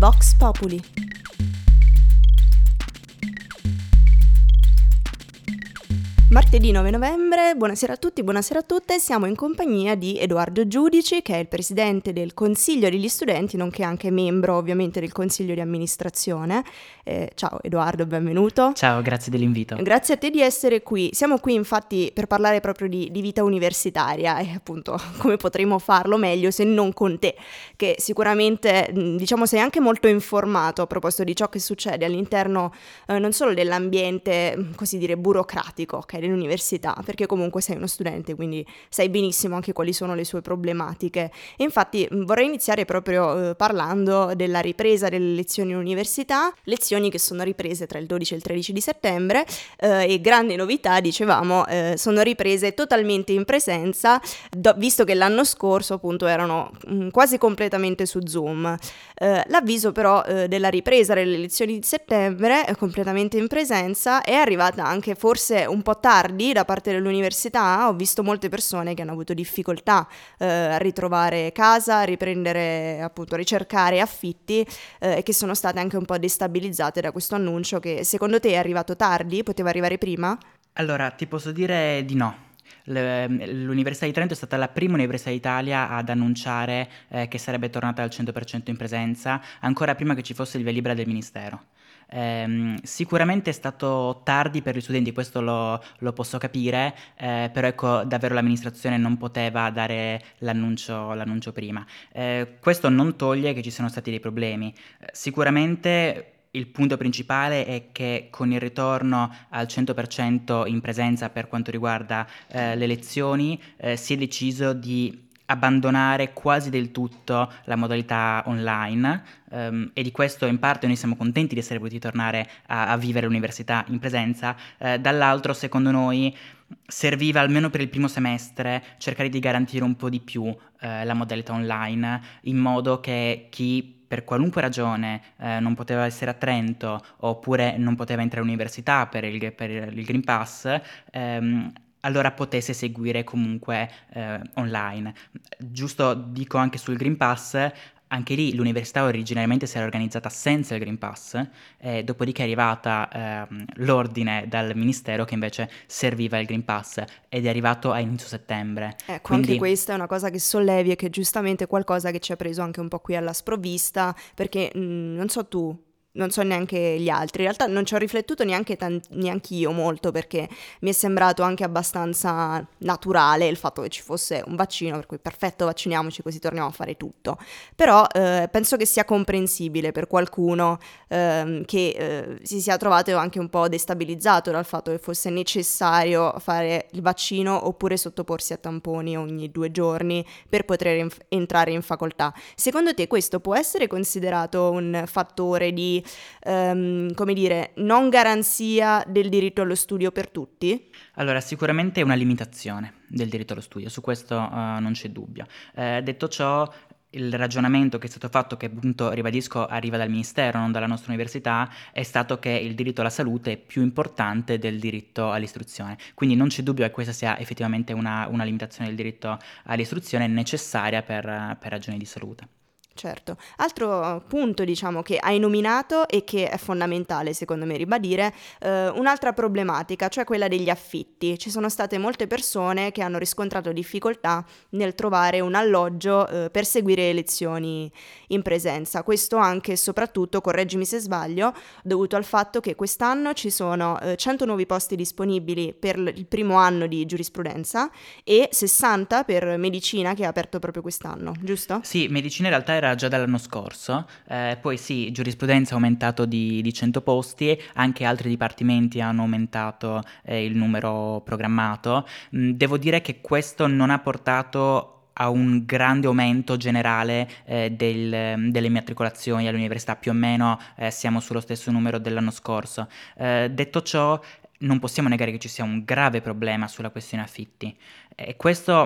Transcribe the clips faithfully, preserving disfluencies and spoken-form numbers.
Vox Populi. Martedì nove novembre, buonasera a tutti, buonasera a tutte, siamo in compagnia di Edoardo Giudici, che è il presidente del Consiglio degli Studenti, nonché anche membro ovviamente del Consiglio di Amministrazione. Eh, ciao Edoardo, benvenuto. Ciao, grazie dell'invito. Grazie a te di essere qui. Siamo qui infatti per parlare proprio di, di vita universitaria e appunto come potremmo farlo meglio se non con te, che sicuramente diciamo sei anche molto informato a proposito di ciò che succede all'interno eh, non solo dell'ambiente così dire burocratico, ok? Dell'università, perché comunque sei uno studente, quindi sai benissimo anche quali sono le sue problematiche. E infatti vorrei iniziare proprio eh, parlando della ripresa delle lezioni in università, lezioni che sono riprese tra il dodici e il tredici di settembre eh, e grande novità, dicevamo, eh, sono riprese totalmente in presenza, do- visto che l'anno scorso appunto erano mh, quasi completamente su Zoom. Eh, l'avviso però eh, della ripresa delle lezioni di settembre eh, completamente in presenza è arrivata anche forse un po' tardi da parte dell'università. Ho visto molte persone che hanno avuto difficoltà eh, a ritrovare casa, a riprendere appunto a ricercare affitti eh, e che sono state anche un po' destabilizzate da questo annuncio che secondo te è arrivato tardi? Poteva arrivare prima? Allora, ti posso dire di no. L'Università di Trento è stata la prima università d'Italia ad annunciare eh, che sarebbe tornata al cento per cento in presenza, ancora prima che ci fosse il via libera del Ministero. Eh, sicuramente è stato tardi per gli studenti, questo lo, lo posso capire, eh, però ecco, davvero l'amministrazione non poteva dare l'annuncio, l'annuncio prima. Eh, questo non toglie che ci siano stati dei problemi. Eh, sicuramente il punto principale è che con il ritorno al cento per cento in presenza per quanto riguarda eh, le lezioni eh, si è deciso di abbandonare quasi del tutto la modalità online um, e di questo in parte noi siamo contenti di essere potuti tornare a, a vivere l'università in presenza, eh, dall'altro secondo noi serviva almeno per il primo semestre cercare di garantire un po' di più eh, la modalità online in modo che chi per qualunque ragione eh, non poteva essere a Trento oppure non poteva entrare all'università per il, per il Green Pass, ehm, allora potesse seguire comunque eh, online. Giusto dico anche sul Green Pass, anche lì l'università originariamente si era organizzata senza il Green Pass, eh, dopodiché è arrivata eh, l'ordine dal Ministero che invece serviva il Green Pass ed è arrivato a inizio settembre. Ecco, Quindi anche questa è una cosa che sollevi e che giustamente è qualcosa che ci ha preso anche un po' qui alla sprovvista, perché mh, non so tu, non so neanche gli altri, in realtà non ci ho riflettuto neanche, tan- neanche io molto, perché mi è sembrato anche abbastanza naturale il fatto che ci fosse un vaccino, per cui perfetto, vacciniamoci così torniamo a fare tutto. Però eh, penso che sia comprensibile per qualcuno ehm, che eh, si sia trovato anche un po' destabilizzato dal fatto che fosse necessario fare il vaccino oppure sottoporsi a tamponi ogni due giorni per poter inf- entrare in facoltà. Secondo te questo può essere considerato un fattore di Um, come dire, non garanzia del diritto allo studio per tutti? Allora, sicuramente è una limitazione del diritto allo studio, su questo uh, non c'è dubbio. Eh, detto ciò, il ragionamento che è stato fatto, che appunto, ribadisco, arriva dal Ministero, non dalla nostra università, è stato che il diritto alla salute è più importante del diritto all'istruzione. Quindi non c'è dubbio che questa sia effettivamente una, una limitazione del diritto all'istruzione necessaria per, per ragioni di salute. Certo. Altro punto, diciamo, che hai nominato e che è fondamentale secondo me ribadire, eh, un'altra problematica, cioè quella degli affitti. Ci sono state molte persone che hanno riscontrato difficoltà nel trovare un alloggio eh, per seguire le lezioni in presenza. Questo anche e soprattutto, correggimi se sbaglio, dovuto al fatto che quest'anno ci sono eh, cento nuovi posti disponibili per l- il primo anno di giurisprudenza e sessanta per medicina, che è aperto proprio quest'anno, giusto? Sì, medicina in realtà era già dall'anno scorso, eh, poi sì, giurisprudenza ha aumentato di, di cento posti, anche altri dipartimenti hanno aumentato eh, il numero programmato. Mm, devo dire che questo non ha portato a un grande aumento generale eh, del, delle immatricolazioni all'università, più o meno eh, siamo sullo stesso numero dell'anno scorso. Eh, detto ciò, non possiamo negare che ci sia un grave problema sulla questione affitti e questo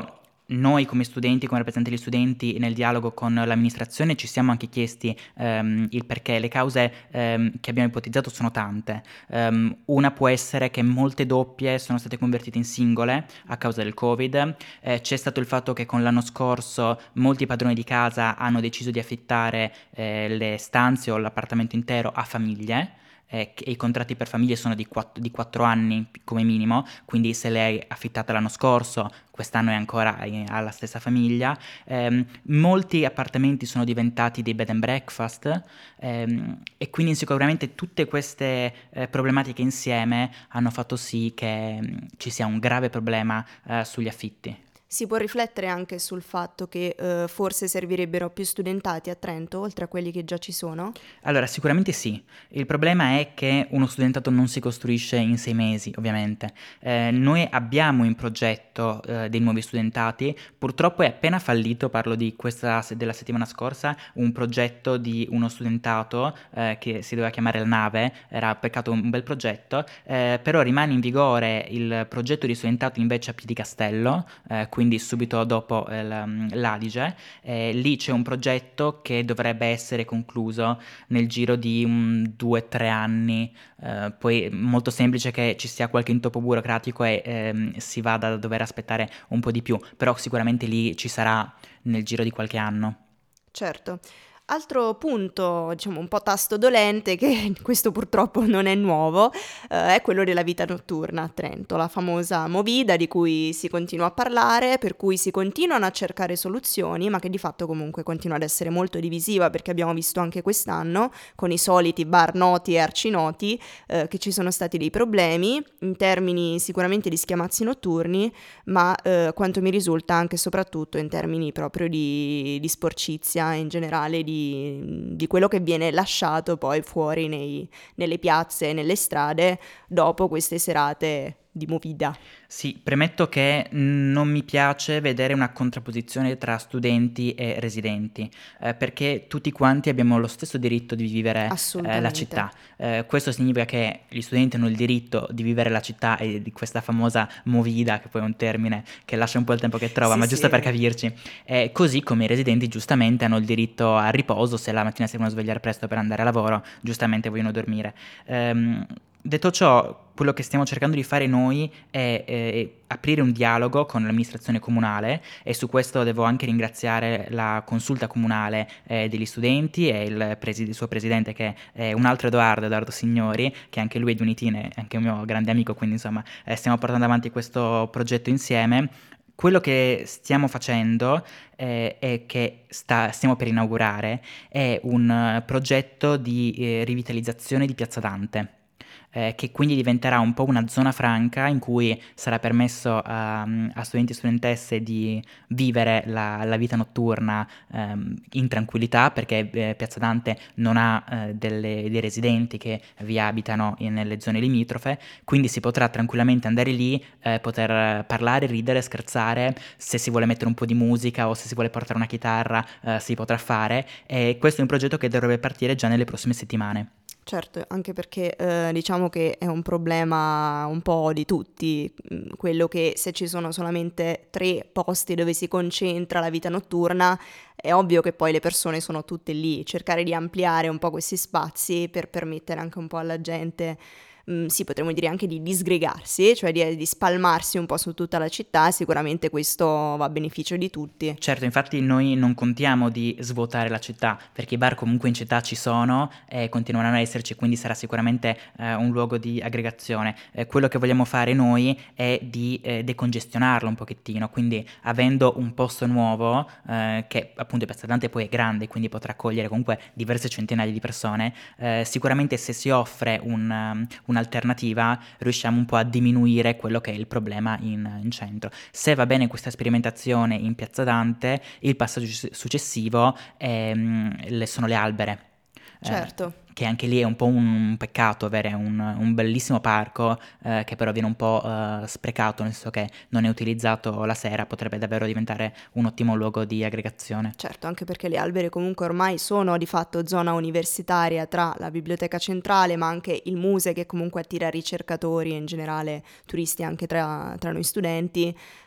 noi come studenti, come rappresentanti degli studenti, nel dialogo con l'amministrazione ci siamo anche chiesti ehm, il perché. Le cause ehm, che abbiamo ipotizzato sono tante. Um, una può essere che molte doppie sono state convertite in singole a causa del Covid. Eh, c'è stato il fatto che con l'anno scorso molti padroni di casa hanno deciso di affittare eh, le stanze o l'appartamento intero a famiglie. Eh, che i contratti per famiglie sono di quattro, di quattro anni come minimo, quindi se l'hai affittata l'anno scorso, quest'anno è ancora alla stessa famiglia. Eh, molti appartamenti sono diventati dei bed and breakfast ehm, e quindi sicuramente tutte queste eh, problematiche insieme hanno fatto sì che mh, ci sia un grave problema eh, sugli affitti. Si può riflettere anche sul fatto che eh, forse servirebbero più studentati a Trento, oltre a quelli che già ci sono? Allora, sicuramente sì. Il problema è che uno studentato non si costruisce in sei mesi, ovviamente. Eh, noi abbiamo in progetto eh, dei nuovi studentati, purtroppo è appena fallito, parlo di questa, della settimana scorsa, un progetto di uno studentato eh, che si doveva chiamare La Nave, era peccato un bel progetto, eh, però rimane in vigore il progetto di studentato invece a Piedicastello, eh, quindi subito dopo eh, l'Adige. Eh, lì c'è un progetto che dovrebbe essere concluso nel giro di um, due o tre anni, eh, poi è molto semplice che ci sia qualche intoppo burocratico e ehm, si vada a dover aspettare un po' di più, però sicuramente lì ci sarà nel giro di qualche anno. Certo. Altro punto, diciamo, un po' tasto dolente, che questo purtroppo non è nuovo, eh, è quello della vita notturna a Trento, la famosa Movida di cui si continua a parlare, per cui si continuano a cercare soluzioni, ma che di fatto comunque continua ad essere molto divisiva, perché abbiamo visto anche quest'anno, con i soliti bar noti e arcinoti, eh, che ci sono stati dei problemi, in termini sicuramente di schiamazzi notturni, ma eh, quanto mi risulta anche e soprattutto in termini proprio di, di sporcizia in generale, di di quello che viene lasciato poi fuori nei, nelle piazze e nelle strade dopo queste serate di movida. Sì, premetto che non mi piace vedere una contrapposizione tra studenti e residenti, eh, perché tutti quanti abbiamo lo stesso diritto di vivere eh, la città. Eh, questo significa che gli studenti hanno il diritto di vivere la città e di questa famosa movida, che poi è un termine che lascia un po' il tempo che trova, sì, ma sì. giusto per capirci. Eh, così come i residenti giustamente hanno il diritto al riposo, se la mattina si devono svegliare presto per andare a lavoro, giustamente vogliono dormire. Ehm, Detto ciò, quello che stiamo cercando di fare noi è eh, aprire un dialogo con l'amministrazione comunale, e su questo devo anche ringraziare la consulta comunale eh, degli studenti e il, presi- il suo presidente, che è un altro Edoardo, Edoardo Signori, che anche lui è di Unitine, anche un mio grande amico, quindi insomma eh, stiamo portando avanti questo progetto insieme. Quello che stiamo facendo eh, e che sta- stiamo per inaugurare è un eh, progetto di eh, rivitalizzazione di Piazza Dante, eh, che quindi diventerà un po' una zona franca in cui sarà permesso a, a studenti e studentesse di vivere la, la vita notturna ehm, in tranquillità, perché eh, Piazza Dante non ha eh, delle- dei residenti che vi abitano in- nelle zone limitrofe, quindi si potrà tranquillamente andare lì, eh, poter parlare, ridere, scherzare. Se si vuole mettere un po' di musica o se si vuole portare una chitarra, eh, si potrà fare, e questo è un progetto che dovrebbe partire già nelle prossime settimane. Certo, anche perché eh, diciamo che è un problema un po' di tutti, mm, quello che se ci sono solamente tre posti dove si concentra la vita notturna, è ovvio che poi le persone sono tutte lì, cercare di ampliare un po' questi spazi per permettere anche un po' alla gente, mm, sì, potremmo dire anche di disgregarsi, cioè di, di spalmarsi un po' su tutta la città, sicuramente questo va a beneficio di tutti. Certo, infatti noi non contiamo di svuotare la città, perché i bar comunque in città ci sono e continueranno ad esserci, quindi sarà sicuramente eh, un luogo di aggregazione. Eh, quello che vogliamo fare noi è di eh, decongestionarlo un pochettino, quindi avendo un posto nuovo, eh, che appunto Piazza Dante poi è grande, quindi potrà accogliere comunque diverse centinaia di persone, eh, sicuramente se si offre un, um, un'alternativa riusciamo un po' a diminuire quello che è il problema in, in centro. Se va bene questa sperimentazione in Piazza Dante, il passaggio su- successivo è, mm, le- sono le albere. Eh, Certo. che anche lì è un po' un peccato avere un, un bellissimo parco eh, che però viene un po' eh, sprecato, nel senso che non è utilizzato la sera, potrebbe davvero diventare un ottimo luogo di aggregazione. Certo, anche perché le albere comunque ormai sono di fatto zona universitaria tra la biblioteca centrale, ma anche il museo che comunque attira ricercatori e in generale turisti anche tra, tra noi studenti.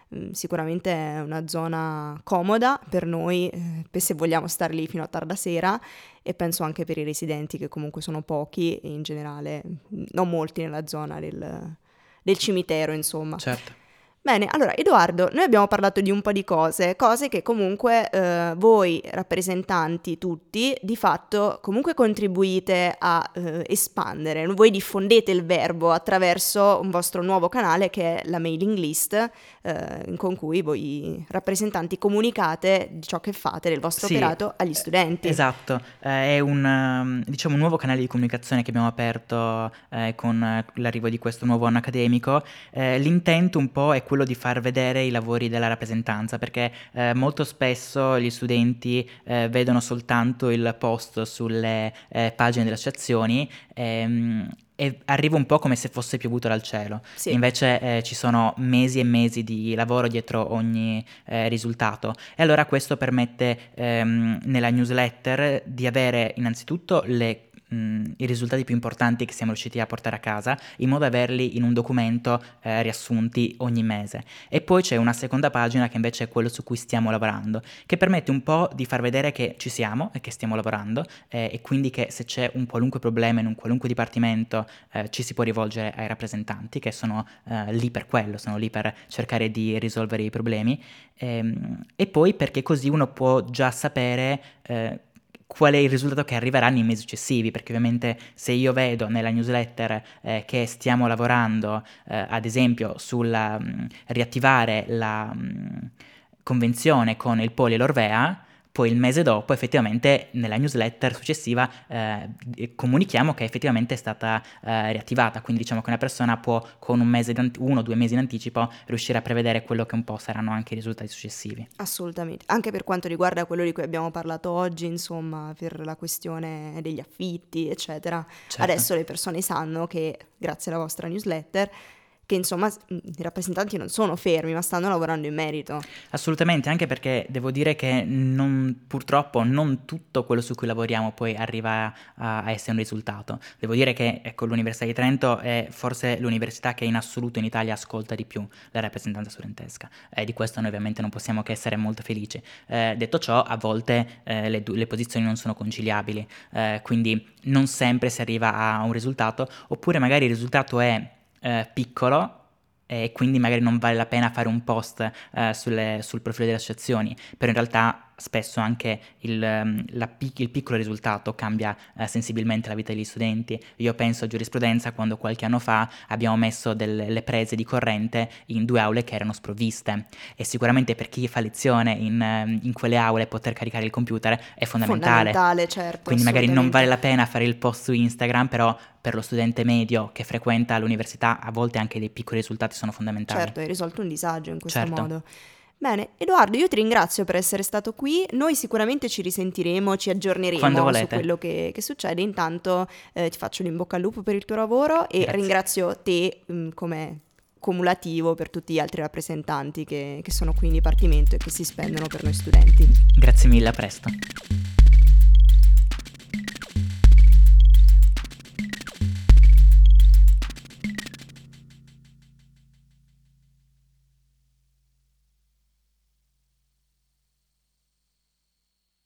mh, sicuramente è una zona comoda per noi, eh, se vogliamo star lì fino a tarda sera, e penso anche per i residenti, che comunque sono pochi e in generale mh, non molti nella zona del, del cimitero, insomma. Certo. Bene, allora Edoardo, noi abbiamo parlato di un po' di cose, cose che comunque eh, voi rappresentanti tutti di fatto comunque contribuite a eh, espandere, voi diffondete il verbo attraverso un vostro nuovo canale che è la mailing list, eh, con cui voi rappresentanti comunicate di ciò che fate, del vostro Sì, operato agli studenti. Esatto, eh, è un, ehm, diciamo, un nuovo canale di comunicazione che abbiamo aperto eh, con eh, l'arrivo di questo nuovo anno accademico. Eh, l'intento un po' è quello di far vedere i lavori della rappresentanza, perché eh, molto spesso gli studenti eh, vedono soltanto il post sulle eh, pagine delle associazioni ehm, e arriva un po' come se fosse piovuto dal cielo. Sì. Invece eh, ci sono mesi e mesi di lavoro dietro ogni eh, risultato, e allora questo permette ehm, nella newsletter di avere innanzitutto le i risultati più importanti che siamo riusciti a portare a casa, in modo da averli in un documento eh, riassunti ogni mese. E poi c'è una seconda pagina che invece è quello su cui stiamo lavorando, che permette un po' di far vedere che ci siamo e che stiamo lavorando, eh, e quindi che se c'è un qualunque problema in un qualunque dipartimento eh, ci si può rivolgere ai rappresentanti, che sono eh, lì per quello, sono lì per cercare di risolvere i problemi, ehm, e poi perché così uno può già sapere eh, qual è il risultato che arriverà nei mesi successivi, perché ovviamente se io vedo nella newsletter eh, che stiamo lavorando eh, ad esempio sul riattivare la mh, convenzione con il Poli e l'Orvea, poi il mese dopo effettivamente nella newsletter successiva eh, comunichiamo che effettivamente è stata eh, riattivata, quindi diciamo che una persona può con un mese, uno o due mesi in anticipo riuscire a prevedere quello che un po' saranno anche i risultati successivi. Assolutamente, anche per quanto riguarda quello di cui abbiamo parlato oggi, insomma, per la questione degli affitti, eccetera. Certo. Adesso le persone sanno che grazie alla vostra newsletter che insomma i rappresentanti non sono fermi, ma stanno lavorando in merito. Assolutamente, anche perché devo dire che non, purtroppo non tutto quello su cui lavoriamo poi arriva a, a essere un risultato. Devo dire che ecco, l'Università di Trento è forse l'università che in assoluto in Italia ascolta di più la rappresentanza studentesca, e di questo noi ovviamente non possiamo che essere molto felici. Eh, detto ciò, a volte eh, le, le posizioni non sono conciliabili, eh, quindi non sempre si arriva a un risultato, oppure magari il risultato è Eh, piccolo e quindi magari non vale la pena fare un post eh, sulle, sul profilo delle associazioni, però in realtà spesso anche il, la, il piccolo risultato cambia eh, sensibilmente la vita degli studenti. Io penso a giurisprudenza, quando qualche anno fa abbiamo messo delle le prese di corrente in due aule che erano sprovviste, e sicuramente per chi fa lezione in, in quelle aule poter caricare il computer è fondamentale. Fondamentale, certo. Quindi magari non vale la pena fare il post su Instagram, però per lo studente medio che frequenta l'università a volte anche dei piccoli risultati sono fondamentali. Certo, hai risolto un disagio in questo certo. modo. Bene, Edoardo, io ti ringrazio per essere stato qui, noi sicuramente ci risentiremo, ci aggiorneremo su quello che, che succede, intanto eh, ti faccio l'in bocca al lupo per il tuo lavoro e Grazie. Ringrazio te mh, come cumulativo per tutti gli altri rappresentanti che, che sono qui in dipartimento e che si spendono per noi studenti. Grazie mille, a presto.